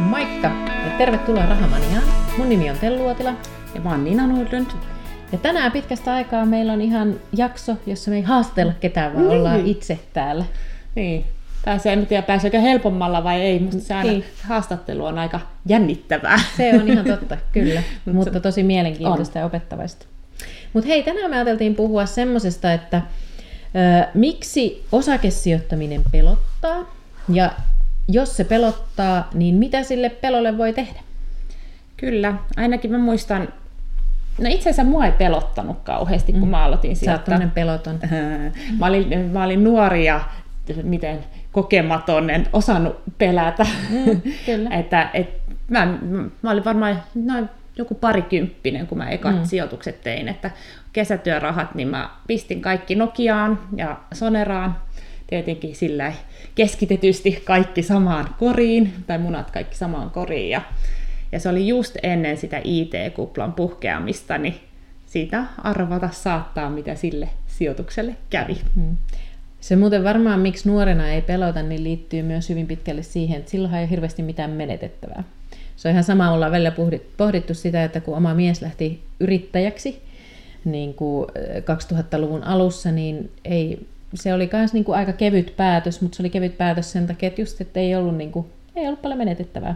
Moikka ja tervetuloa Rahamaniaan. Mun nimi on Tellu Uotila. Ja mä oon Nina Nordlund. Ja tänään pitkästä aikaa meillä on ihan jakso, jossa me ei haastatella ketään, vaan ollaan itse täällä. Niin. En tiedä, pääseekö helpommalla vai ei, mutta se aina haastattelu on aika jännittävää. Se on ihan totta, kyllä, mutta tosi mielenkiintoista ja opettavaista. Mutta hei, tänään me ajateltiin puhua semmosesta, että miksi osakesijoittaminen pelottaa, ja jos se pelottaa, niin mitä sille pelolle voi tehdä? Kyllä, ainakin mä muistan, no itse asiassa mua ei pelottanut kauheasti, kun mä aloitin sijoittaa. Sä oot tommonen peloton. Mä olin nuori ja miten kokematon, en osannut pelätä. Kyllä. Mä olin varmaan noin joku parikymppinen, kun mä ekat sijoitukset tein, että kesätyörahat, niin mä pistin kaikki Nokiaan ja Soneraan, tietenkin sillä keskitetysti kaikki samaan koriin, tai munat kaikki samaan koriin, ja se oli just ennen sitä IT-kuplan puhkeamista, niin siitä arvata saattaa, mitä sille sijoitukselle kävi. Se muuten varmaan, miksi nuorena ei pelota, niin liittyy myös hyvin pitkälle siihen, että silloinhan ei ole hirveästi mitään menetettävää. Se on ihan sama, ollaan välillä pohdittu sitä, että kun oma mies lähti yrittäjäksi niin kuin 2000-luvun alussa, niin se oli myös niin kuin aika kevyt päätös, mutta se oli kevyt päätös sen takia, että just, että ei ollut paljon menetettävää.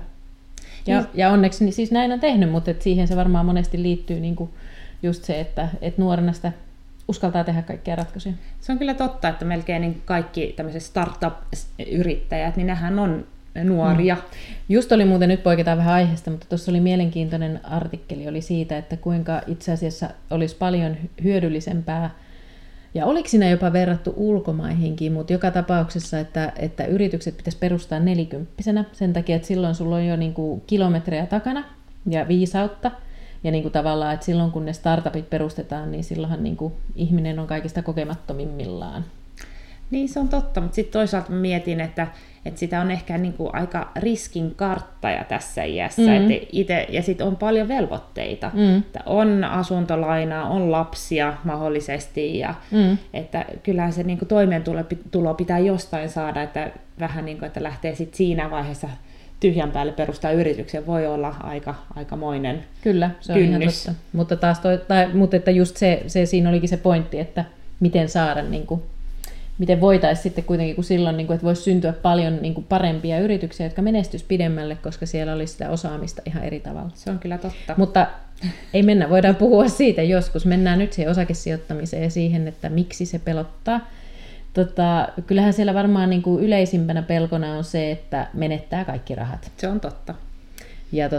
Ja onneksi niin siis näin on tehnyt, mutta siihen se varmaan monesti liittyy niin kuin just se, että nuorena sitä uskaltaa tehdä kaikkia ratkaisuja. Se on kyllä totta, että melkein niin kaikki tämmöiset startup-yrittäjät, niin nehän on nuoria. Just oli muuten, nyt poiketaan vähän aiheesta, mutta tuossa oli mielenkiintoinen artikkeli oli siitä, että kuinka itse asiassa olisi paljon hyödyllisempää, ja oliko siinä jopa verrattu ulkomaihinkin, mutta joka tapauksessa, että yritykset pitäisi perustaa 40-vuotiaana sen takia, että silloin sulla on jo niin kuin kilometrejä takana ja viisautta. Ja niin kuin tavallaan, että silloin kun ne startupit perustetaan, niin silloinhan niin kuin ihminen on kaikista kokemattomimmillaan. Niin se on totta, mutta sitten toisaalta mietin, että sitä on ehkä niin kuin aika riskinkarttaja tässä iässä. Ja sitten on paljon velvoitteita. Että on asuntolainaa, on lapsia mahdollisesti. Ja että kyllähän se niin kuin toimeentulo pitää jostain saada, että vähän niin kuin, että lähtee sit siinä vaiheessa tyhjän päälle perustaa yrityksen, voi olla aikamoinen Kyllä, se on ihan totta. Mutta että just se siinä olikin se pointti, että miten saada, niin kuin, miten voitaisiin sitten kuitenkin, kun silloin, niin kuin, että voisi syntyä paljon niin kuin parempia yrityksiä, jotka menestyisi pidemmälle, koska siellä olisi sitä osaamista ihan eri tavalla. Se on kyllä totta. Mutta ei mennä, voidaan puhua siitä joskus. Mennään nyt siihen osakesijoittamiseen ja siihen, että miksi se pelottaa. Kyllähän siellä varmaan niin kuin yleisimpänä pelkona on se, että menettää kaikki rahat. Se on totta. Ja,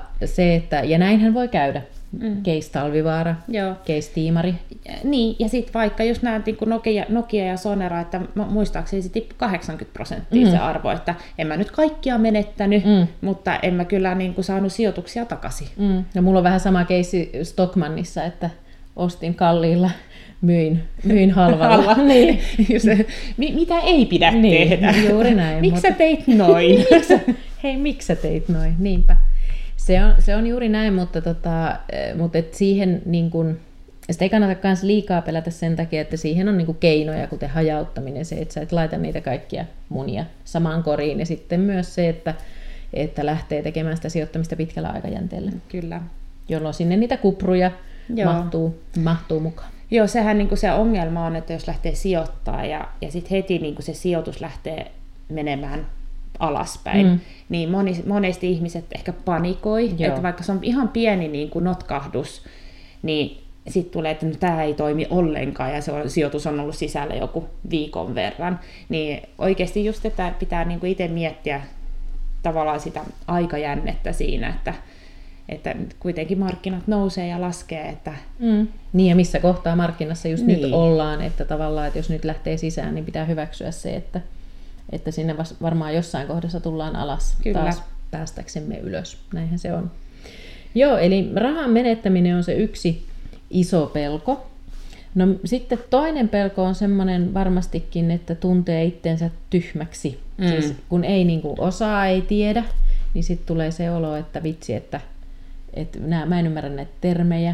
ja näinhän voi käydä. Case Talvivaara, case Tiimari. Niin, ja sitten vaikka just näet niin kuin Nokia ja Sonera, että muistaakseni se tippui 80% se arvo, että en mä nyt kaikkia menettänyt, mutta en mä kyllä niin kuin saanut sijoituksia takaisin. No, mulla on vähän sama case Stockmannissa, että ostin kalliilla, myin halvalla. Niin. Mitä ei pidä tehdä? Juuri näin. Miksi sä teit noin? Miksi sä teit noin? Niinpä. Se on juuri näin, mutta et siihen niin kun, sitä ei kannata myös liikaa pelätä sen takia, että siihen on niin kun keinoja, kuten hajauttaminen, se, että sä et laita niitä kaikkia munia samaan koriin, ja sitten myös se, että lähtee tekemään sitä sijoittamista pitkällä aikajänteellä. Kyllä. Jolloin sinne niitä kupruja mahtuu mukaan. Joo, sehän niin kuin se ongelma on, että jos lähtee sijoittaa ja sitten heti niin kuin se sijoitus lähtee menemään alaspäin, niin monesti ihmiset ehkä panikoi, että vaikka se on ihan pieni niin kuin notkahdus, niin sitten tulee, että tämä ei toimi ollenkaan ja sijoitus on ollut sisällä joku viikon verran, niin oikeasti just että pitää niin kuin itse miettiä tavallaan sitä aikajännettä siinä, että kuitenkin markkinat nousee ja laskee. Että Niin ja missä kohtaa markkinassa just nyt ollaan, että tavallaan, että jos nyt lähtee sisään, niin pitää hyväksyä se, että sinne varmaan jossain kohdassa tullaan alas taas päästäksemme ylös. Näinhän se on. Joo, eli rahan menettäminen on se yksi iso pelko. No sitten toinen pelko on semmoinen varmastikin, että tuntee itsensä tyhmäksi. Siis kun ei niin kuin osaa, ei tiedä, niin sitten tulee se olo, että vitsi, että mä en ymmärrä näitä termejä.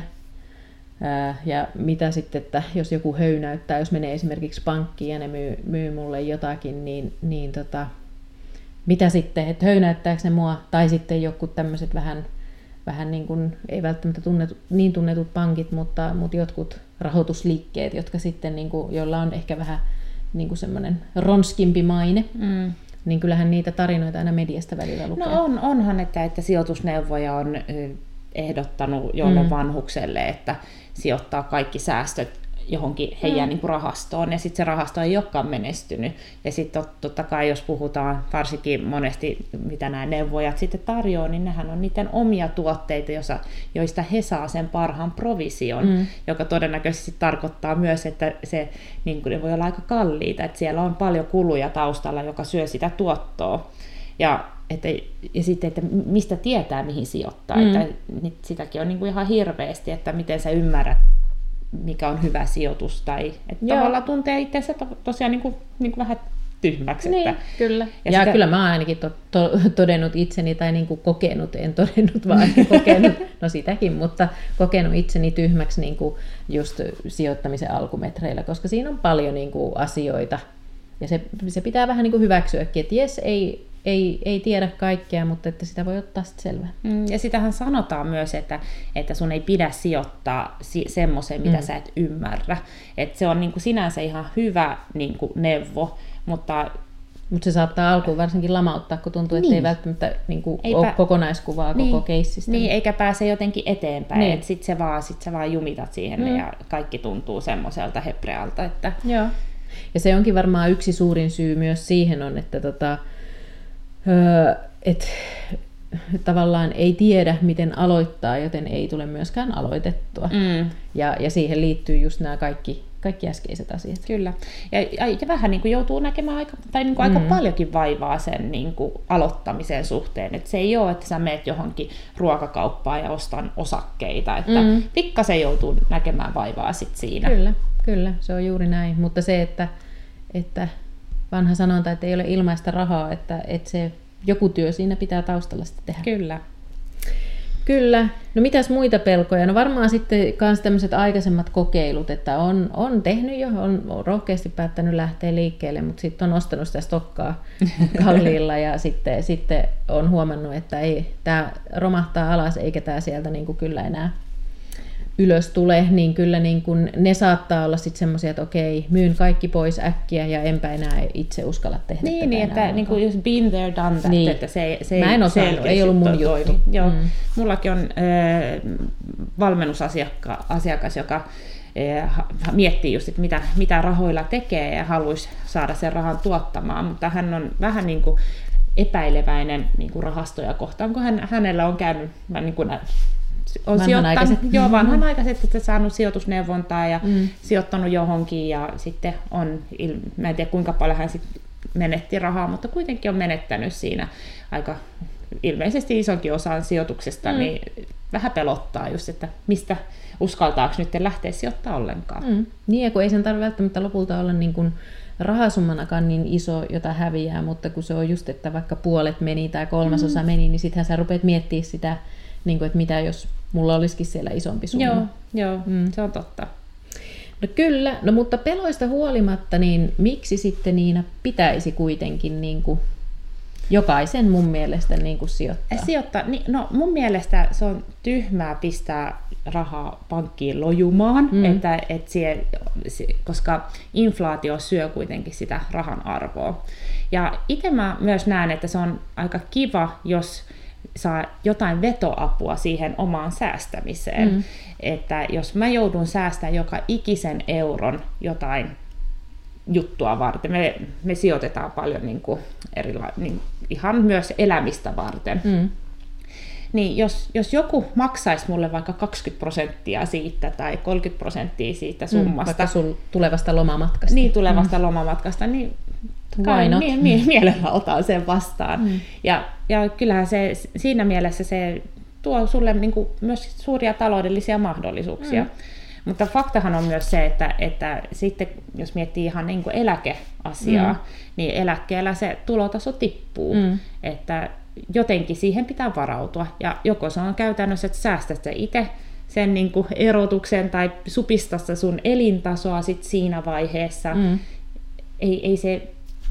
Ja mitä sitten, että jos joku höynäyttää, jos menee esimerkiksi pankkiin ja ne myy mulle jotakin, niin mitä sitten, että höynäyttääkö ne mua, tai sitten joku tämmöiset vähän niin kuin, ei välttämättä niin tunnetut pankit, mutta jotkut rahoitusliikkeet, jotka sitten, niin kuin, joilla on ehkä vähän niin kuin semmoinen ronskimpi maine, niin kyllähän niitä tarinoita aina mediasta välillä lukee. No onhan, että sijoitusneuvoja on ehdottanut jolle vanhukselle, että sijoittaa kaikki säästöt johonkin heidän niin kuin rahastoon, ja sitten se rahasto ei olekaan menestynyt. Ja sitten totta kai, jos puhutaan varsinkin monesti, mitä nämä neuvojat sitten tarjoaa, niin nehän on niiden omia tuotteita, joista he saa sen parhaan provision, joka todennäköisesti tarkoittaa myös, että se niin kuin, ne voi olla aika kalliita, että siellä on paljon kuluja taustalla, joka syö sitä tuottoa. Ja sitten, että mistä tietää, mihin sijoittaa. Että sitäkin on niin kuin ihan hirveästi, että miten sä ymmärrät, mikä on hyvä sijoitus, tai että tavallaan tuntee itsensä tosiaan niin kuin vähän tyhmäksi. Niin, kyllä. Ja kyllä mä oon ainakin todennut itseni, tai niin kuin kokenut, en todennut, vaan kokenut, no sitäkin, mutta kokenut itseni tyhmäksi niin kuin just sijoittamisen alkumetreillä, koska siinä on paljon niin kuin asioita, ja se pitää vähän niin kuin hyväksyäkin, että jes, ei tiedä kaikkea, mutta että sitä voi ottaa sitten selvää. Ja sitähän sanotaan myös, että sun ei pidä sijoittaa semmoiseen, mitä sä et ymmärrä. Että se on niin kuin sinänsä ihan hyvä niin kuin neuvo, mutta se saattaa alkuun varsinkin lamauttaa, kun tuntuu, että ei välttämättä niin kuin ole kokonaiskuvaa koko keissistä. Niin, eikä pääse jotenkin eteenpäin. Niin. Että sit sä vaan jumitat siihen ja kaikki tuntuu semmoiselta heprealta. Että... Joo. Ja se onkin varmaan yksi suurin syy myös siihen on, että tavallaan ei tiedä, miten aloittaa, joten ei tule myöskään aloitettua. Ja siihen liittyy just nämä kaikki äskeiset asiat. Kyllä. Ja vähän niin kuin joutuu näkemään aika paljonkin vaivaa sen niin kuin aloittamisen suhteen. Et se ei ole, että sä meet johonkin ruokakauppaan ja ostan osakkeita. Että pikkasen joutuu näkemään vaivaa sit siinä. Kyllä, se on juuri näin. Mutta se, että vanha sanonta, että ei ole ilmaista rahaa, että se joku työ siinä pitää taustalla sitten tehdä. Kyllä. No mitäs muita pelkoja? No varmaan sitten myös tämmöiset aikaisemmat kokeilut, että on tehnyt jo, on rohkeasti päättänyt lähteä liikkeelle, mutta sitten on ostanut sitä stokkaa kalliilla ja sitten on huomannut, että ei, tämä romahtaa alas eikä tämä sieltä niin kuin kyllä enää ylös tule, niin kyllä niin kun ne saattaa olla sitten semmoisia, että okei, myyn kaikki pois äkkiä ja enpä enää itse uskalla tehdä tätä niin että niin kuin just been there, done that, niin. Että se mä en osannut, ei ollut mun juttu. Joo. Mullakin on valmennusasiakas, joka miettii just, että mitä rahoilla tekee ja haluaisi saada sen rahan tuottamaan, mutta hän on vähän niin kuin epäileväinen niin kuin rahastoja kohtaan, kun hänellä on käynyt niin kuin vanhanaikaiset, että saanut sijoitusneuvontaa ja sijoittanut johonkin ja sitten mä en tiedä kuinka paljon hän sitten menetti rahaa, mutta kuitenkin on menettänyt siinä aika ilmeisesti isonkin osan sijoituksesta, niin vähän pelottaa just, että mistä uskaltaako nyt lähteä sijoittaa ollenkaan. Niin ja kun ei sen tarvitse välttämättä lopulta olla niin kuin rahasummanakaan niin iso, jota häviää, mutta kun se on just, että vaikka puolet meni tai kolmasosa meni, niin sittenhän sä rupeat miettimään sitä, niin kuin, että mitä jos mulla olisikin siellä isompi summa. Joo, se on totta. No kyllä, no mutta peloista huolimatta, niin miksi sitten Niina pitäisi kuitenkin niin kuin jokaisen mun mielestä niin kuin sijoittaa? No mun mielestä se on tyhmää pistää rahaa pankkiin lojumaan, koska inflaatio syö kuitenkin sitä rahan arvoa. Ja itse mä myös näen, että se on aika kiva, jos saa jotain vetoapua siihen omaan säästämiseen. Että jos mä joudun säästämään joka ikisen euron jotain juttua varten, me sijoitetaan paljon niin kuin ihan myös elämistä varten. Niin jos joku maksaisi mulle vaikka 20% siitä tai 30% siitä summasta. Vaikka sun tulevasta lomamatkasta. Niin, tulevasta lomamatkasta, niin mielellä otan sen vastaan. Ja kyllähän se siinä mielessä se tuo sulle niin kuin myös suuria taloudellisia mahdollisuuksia. Mutta faktahan on myös se, että sitten jos miettii ihan niin kuin eläkeasiaa, niin eläkkeellä se tulotaso tippuu. Että jotenkin siihen pitää varautua. Ja joko se on käytännössä, että säästät sä itse sen niin kuin erotuksen tai supistat sun elintasoa sit siinä vaiheessa. Ei se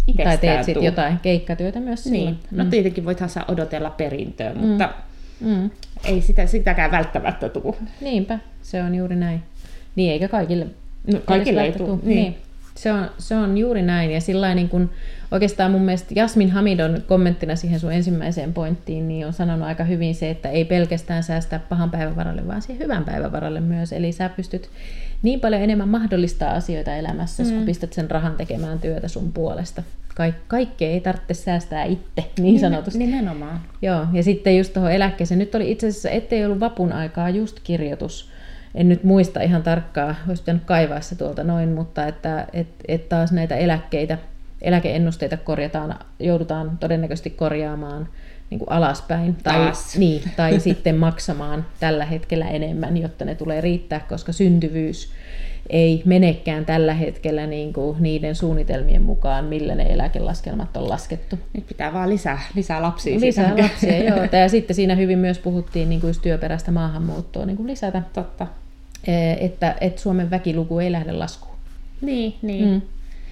Tai teet sitten jotain keikkatyötä myös silloin. No tietenkin voithan saa odotella perintöä, mutta ei sitäkään välttämättä tule. Niinpä, se on juuri näin. Niin, eikä kaikille ei tule. Niin. Se on juuri näin. Ja sillain, niin kun, oikeastaan mun mielestä Jasmin Hamidon kommenttina siihen sun ensimmäiseen pointtiin niin on sanonut aika hyvin se, että ei pelkästään säästää pahan päivän varalle, vaan siihen hyvän päivän varalle myös. Eli sä pystyt niin paljon enemmän mahdollistaa asioita elämässä, kun pistät sen rahan tekemään työtä sun puolesta. Kaikkea ei tarvitse säästää itse, niin sanotusti. Nimenomaan. Joo, ja sitten just tuohon eläkkeeseen. Nyt oli itse asiassa, ettei ollut vapun aikaa just kirjoitus. En nyt muista ihan tarkkaan, olisi pitänyt kaivaa se tuolta noin, mutta että taas näitä eläkeennusteita joudutaan todennäköisesti korjaamaan niin kuin alaspäin. Tai sitten maksamaan tällä hetkellä enemmän, jotta ne tulee riittää, koska syntyvyys ei menekään tällä hetkellä niin kuin niiden suunnitelmien mukaan, millä ne eläkelaskelmat on laskettu. Nyt pitää vaan lisää lapsia. Lisää lapsia, joo. Ja sitten siinä hyvin myös puhuttiin niin kuin just työperäistä maahanmuuttoa niin kuin lisätä. Totta. Että Suomen väkiluku ei lähde laskuun. Niin.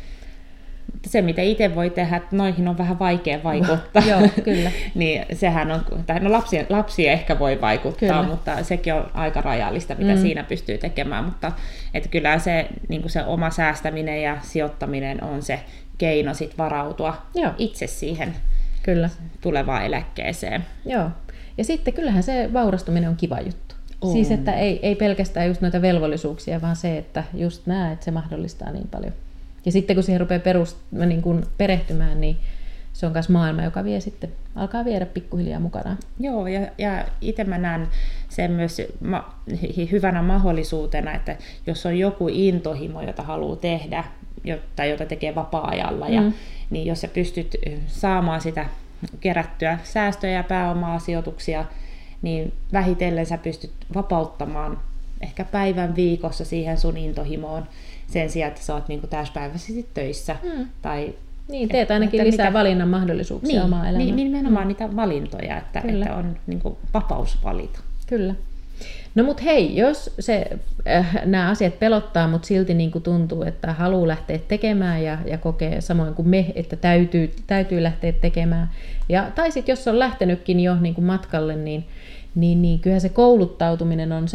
Se, mitä itse voi tehdä, että noihin on vähän vaikea vaikuttaa. Joo, kyllä. Niin sehän on, tai no lapsia ehkä voi vaikuttaa, kyllä. Mutta sekin on aika rajallista, mitä siinä pystyy tekemään. Mutta että kyllä se, niin kuin se oma säästäminen ja sijoittaminen on se keino sit varautua itse siihen tulevaan eläkkeeseen. Joo. Ja sitten kyllähän se vaurastuminen on kiva juttu. Siis että ei pelkästään just noita velvollisuuksia, vaan se, että just että se mahdollistaa niin paljon. Ja sitten kun siihen rupeaa niin kun perehtymään, niin se on myös maailma, joka alkaa viedä pikkuhiljaa mukanaan. Joo, ja itse mä näen sen myös hyvänä mahdollisuutena, että jos on joku intohimo, jota haluaa tehdä, tai jota tekee vapaa-ajalla, niin jos sä pystyt saamaan sitä kerättyä säästöjä ja pääomaa, sijoituksia, niin vähitellen sä pystyt vapauttamaan ehkä päivän viikossa siihen sun intohimoon sen sijaan, että sä oot niin täyspäiväisesti töissä. Tai teet ainakin lisää valinnan mahdollisuuksia omaa elämään. Niin, nimenomaan niitä valintoja, että on niin kuin vapaus valita. Kyllä. No mut hei, jos nämä asiat pelottaa, mutta silti niin kuin tuntuu, että haluaa lähteä tekemään ja kokee samoin kuin me, että täytyy lähteä tekemään. Tai sitten jos on lähtenytkin jo niin kuin matkalle, niin kyllähän se kouluttautuminen on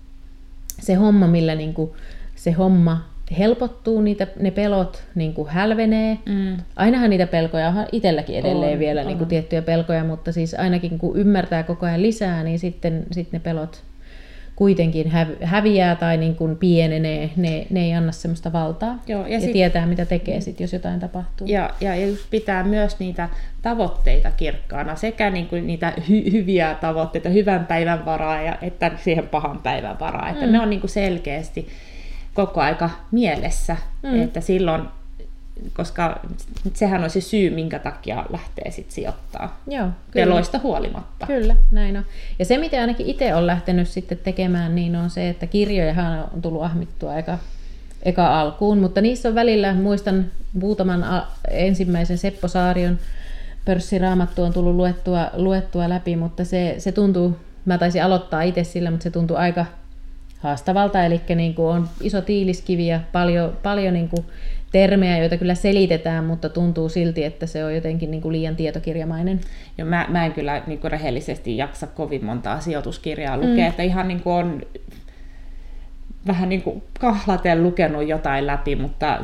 se homma, millä niin kuin se homma helpottuu, ne pelot niin kuin hälvenee. Ainahan niitä pelkoja on itselläkin edelleen vielä niin kuin tiettyjä pelkoja, mutta siis ainakin kun ymmärtää koko ajan lisää, niin sitten ne pelot kuitenkin häviää tai niin kuin pienenee, ne ei anna semmoista valtaa. Joo, ja tietää, mitä tekee sit, jos jotain tapahtuu. Ja just pitää myös niitä tavoitteita kirkkaana, sekä niin kuin niitä hyviä tavoitteita, hyvän päivän varaa, että siihen pahan päivän varaa. Että ne on niin kuin selkeästi koko aika mielessä, että silloin, koska sehän on se syy, minkä takia lähtee sit sijoittaa. Joo, peloista huolimatta. Kyllä, näin on. Ja se, mitä ainakin itse olen lähtenyt sitten tekemään, niin on se, että kirjojahan on tullut ahmittua eka alkuun, mutta niissä on välillä, muistan muutaman ensimmäisen Seppo Saarion pörssiraamattu on tullut luettua läpi, mutta se tuntuu, mä taisin aloittaa itse sillä, mutta se tuntuu aika haastavalta, eli niin kuin on iso tiiliskivi ja paljon niin kuin termejä, joita kyllä selitetään, mutta tuntuu silti, että se on jotenkin niin kuin liian tietokirjamainen. Joo, mä en kyllä niin kuin rehellisesti jaksa kovin montaa sijoituskirjaa lukea, että ihan niin kuin on vähän niin kuin kahlaten lukenut jotain läpi, mutta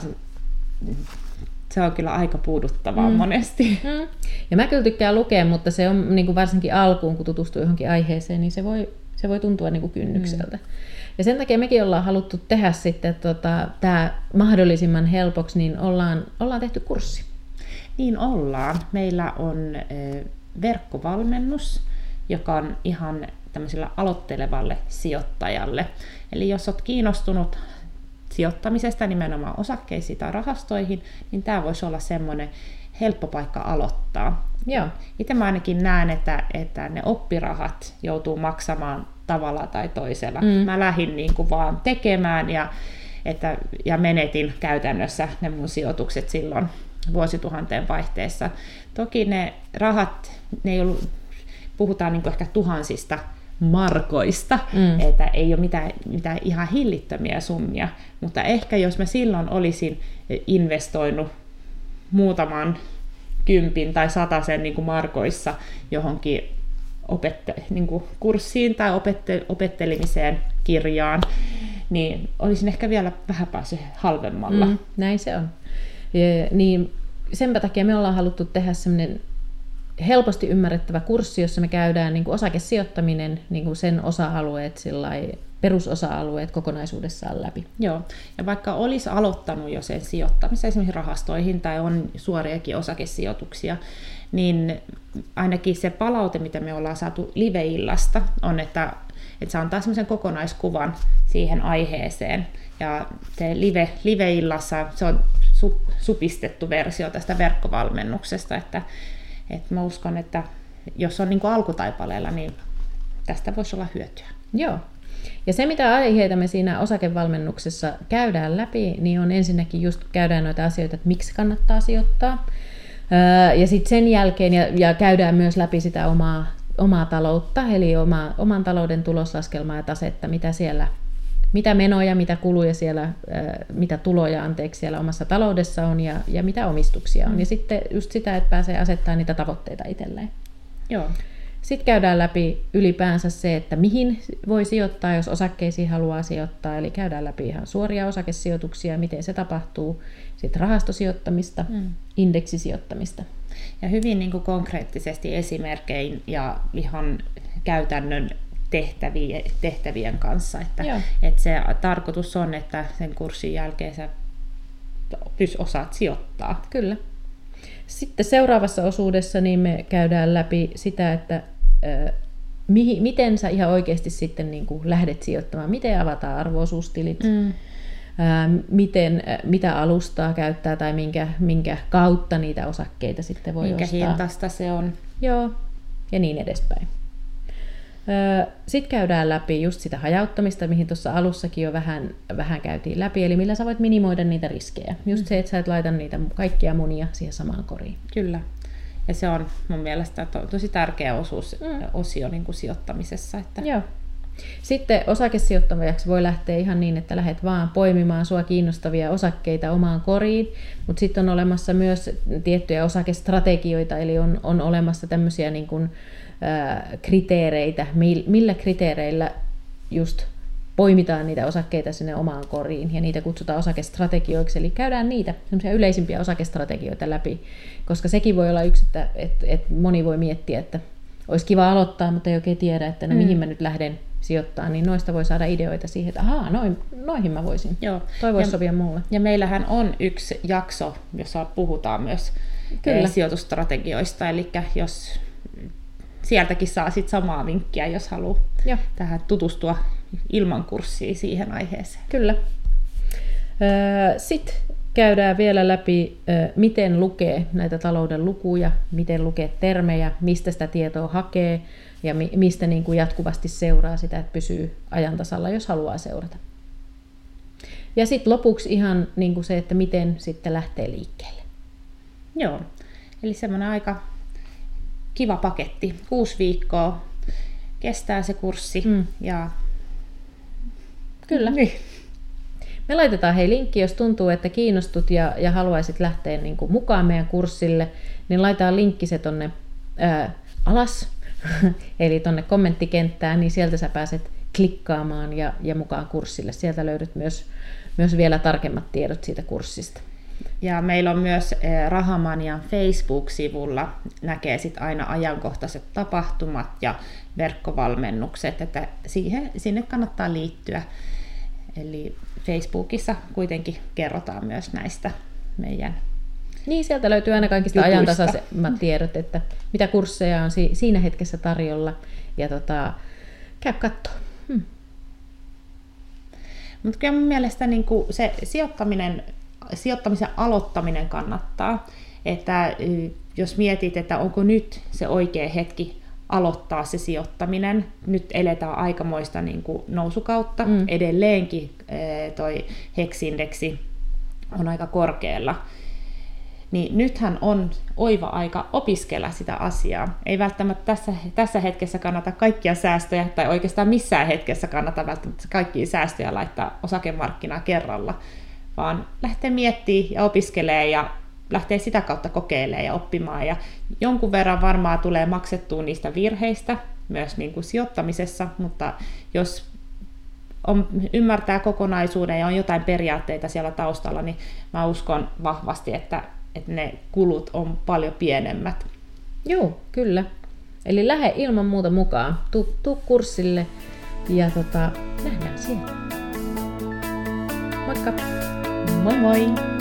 se on kyllä aika puuduttavaa monesti. Ja mä kyllä tykkään lukea, mutta se on niin kuin varsinkin alkuun, kun tutustuu johonkin aiheeseen, niin se voi tuntua niin kuin kynnykseltä. Ja sen takia mekin ollaan haluttu tehdä sitten tämä mahdollisimman helpoksi, niin ollaan tehty kurssi. Niin ollaan. Meillä on verkkovalmennus, joka on ihan tämmöiselle aloittelevalle sijoittajalle. Eli jos olet kiinnostunut sijoittamisesta nimenomaan osakkeisiin tai rahastoihin, niin tämä voisi olla semmoinen helppo paikka aloittaa. Joo. Itse mä ainakin näen, että ne oppirahat joutuu maksamaan tavalla tai toisella. Mä lähdin niin kuin vaan tekemään ja menetin käytännössä ne mun sijoitukset silloin vuosituhanteen vaihteessa. Toki ne rahat, ne ei ollut, puhutaan niin kuin ehkä tuhansista markoista, että ei ole mitään ihan hillittömiä summia, mutta ehkä jos mä silloin olisin investoinut muutaman 10 tai 100 niin kuin markoissa johonkin niin kuin kurssiin tai opettelemiseen kirjaan, niin olisin ehkä vielä vähän päässyt halvemmalla. Näin se on. Niin senpä takia me ollaan haluttu tehdä semmoinen helposti ymmärrettävä kurssi, jossa me käydään niin kuin osakesijoittaminen, niin kuin sen osa-alueet, perusosa-alueet kokonaisuudessaan läpi. Joo, ja vaikka olisi aloittanut jo sen sijoittamisen esimerkiksi rahastoihin tai on suoriakin osakesijoituksia, niin ainakin se palaute, mitä me ollaan saatu live-illasta, on, että se antaa semmoisen kokonaiskuvan siihen aiheeseen. Ja se live-illassa se on supistettu versio tästä verkkovalmennuksesta, että mä uskon, että jos on niin kuin alkutaipaleella, niin tästä voisi olla hyötyä. Joo. Ja se, mitä aiheita me siinä osakevalmennuksessa käydään läpi, niin on ensinnäkin just käydään noita asioita, että miksi kannattaa sijoittaa. Ja sitten sen jälkeen ja käydään myös läpi sitä omaa taloutta, eli oman talouden tuloslaskelmaa ja tasetta, mitä menoja, mitä kuluja siellä, mitä tuloja siellä omassa taloudessa on ja mitä omistuksia on. Ja sitten just sitä, että pääsee asettamaan niitä tavoitteita itselleen. Joo. Sitten käydään läpi ylipäänsä se, että mihin voi sijoittaa, jos osakkeisiin haluaa sijoittaa. Eli käydään läpi ihan suoria osakesijoituksia, miten se tapahtuu. Sitten rahastosijoittamista, indeksisijoittamita. Ja hyvin niin kuin konkreettisesti esimerkkein ja ihan käytännön tehtävien kanssa. Että se tarkoitus on, että sen kurssin jälkeen sä osaat sijoittaa. Kyllä. Sitten seuraavassa osuudessa niin me käydään läpi sitä, että miten sä ihan oikeasti sitten niin kuin lähdet sijoittamaan, miten avataan arvo-osuustilit, mitä alustaa käyttää tai minkä kautta niitä osakkeita sitten voi minkä ostaa. Minkä hintasta se on. Joo, ja niin edespäin. Sitten käydään läpi just sitä hajauttamista, mihin tuossa alussakin jo vähän käytiin läpi, eli millä sä voit minimoida niitä riskejä. Just se, että sä et laita niitä kaikkia munia siihen samaan koriin. Kyllä. Ja se on mun mielestä tosi tärkeä osio niin kuin sijoittamisessa. Että... Joo. Sitten osakesijoittavaksi voi lähteä ihan niin, että lähdet vaan poimimaan sua kiinnostavia osakkeita omaan koriin, mutta sitten on olemassa myös tiettyjä osakestrategioita, eli on olemassa tämmöisiä niin kuin kriteereitä, millä kriteereillä just poimitaan niitä osakkeita sinne omaan koriin, ja niitä kutsutaan osakestrategioiksi, eli käydään niitä semmoisia yleisimpiä osakestrategioita läpi, koska sekin voi olla yksi, että moni voi miettiä, että olisi kiva aloittaa, mutta ei oikein tiedä, että mihin mä nyt lähden sijoittaa, niin noista voi saada ideoita siihen, että noihin mä voisin. Joo. Toi voisi sopia mulle. Ja meillähän on yksi jakso, jossa puhutaan myös sijoitustrategioista, eli jos sieltäkin saa sit samaa vinkkiä, jos haluaa tähän tutustua ilman kurssia siihen aiheeseen. Kyllä. Sitten käydään vielä läpi, miten lukee näitä talouden lukuja, miten lukee termejä, mistä sitä tietoa hakee ja mistä niin kuin jatkuvasti seuraa sitä, että pysyy ajan tasalla, jos haluaa seurata. Ja sitten lopuksi ihan niin kuin se, että miten sitten lähtee liikkeelle. Joo, eli semmoinen aika kiva paketti. 6 viikkoa kestää se kurssi. Ja... Kyllä. Niin. Me laitetaan linkki, jos tuntuu, että kiinnostut ja haluaisit lähteä niin kuin mukaan meidän kurssille, niin laitetaan linkki se tonne alas, eli tonne kommenttikenttään, niin sieltä sä pääset klikkaamaan ja mukaan kurssille. Sieltä löydät myös vielä tarkemmat tiedot siitä kurssista. Ja meillä on myös Rahamanian Facebook-sivulla näkee sit aina ajankohtaiset tapahtumat ja verkkovalmennukset, että sinne kannattaa liittyä. Eli Facebookissa kuitenkin kerrotaan myös näistä meidän niin, sieltä löytyy aina kaikista ajantasaisemmat tiedot, että mitä kursseja on siinä hetkessä tarjolla. Ja käy kattoo. Mutta kyllä mun mielestä niin se sijoittamisen aloittaminen kannattaa. Että jos mietit, että onko nyt se oikea hetki aloittaa se sijoittaminen. Nyt eletään aikamoista niin kuin nousukautta. Edelleenkin toi HEX-indeksi on aika korkealla. Niin nythän on oiva aika opiskella sitä asiaa. Ei välttämättä tässä hetkessä kannata kaikkia säästöjä, tai oikeastaan missään hetkessä kannata välttämättä kaikkia säästöjä laittaa osakemarkkinaa kerralla, vaan lähteä miettimään ja opiskelemaan ja lähtee sitä kautta kokeilemaan ja oppimaan. Ja jonkun verran varmaan tulee maksettua niistä virheistä myös niin kuin sijoittamisessa, mutta jos ymmärtää kokonaisuuden ja on jotain periaatteita siellä taustalla, niin mä uskon vahvasti, että ne kulut on paljon pienemmät. Joo, kyllä. Eli lähde ilman muuta mukaan. Tuu kurssille ja nähdään siellä. Moikka! Moi moi!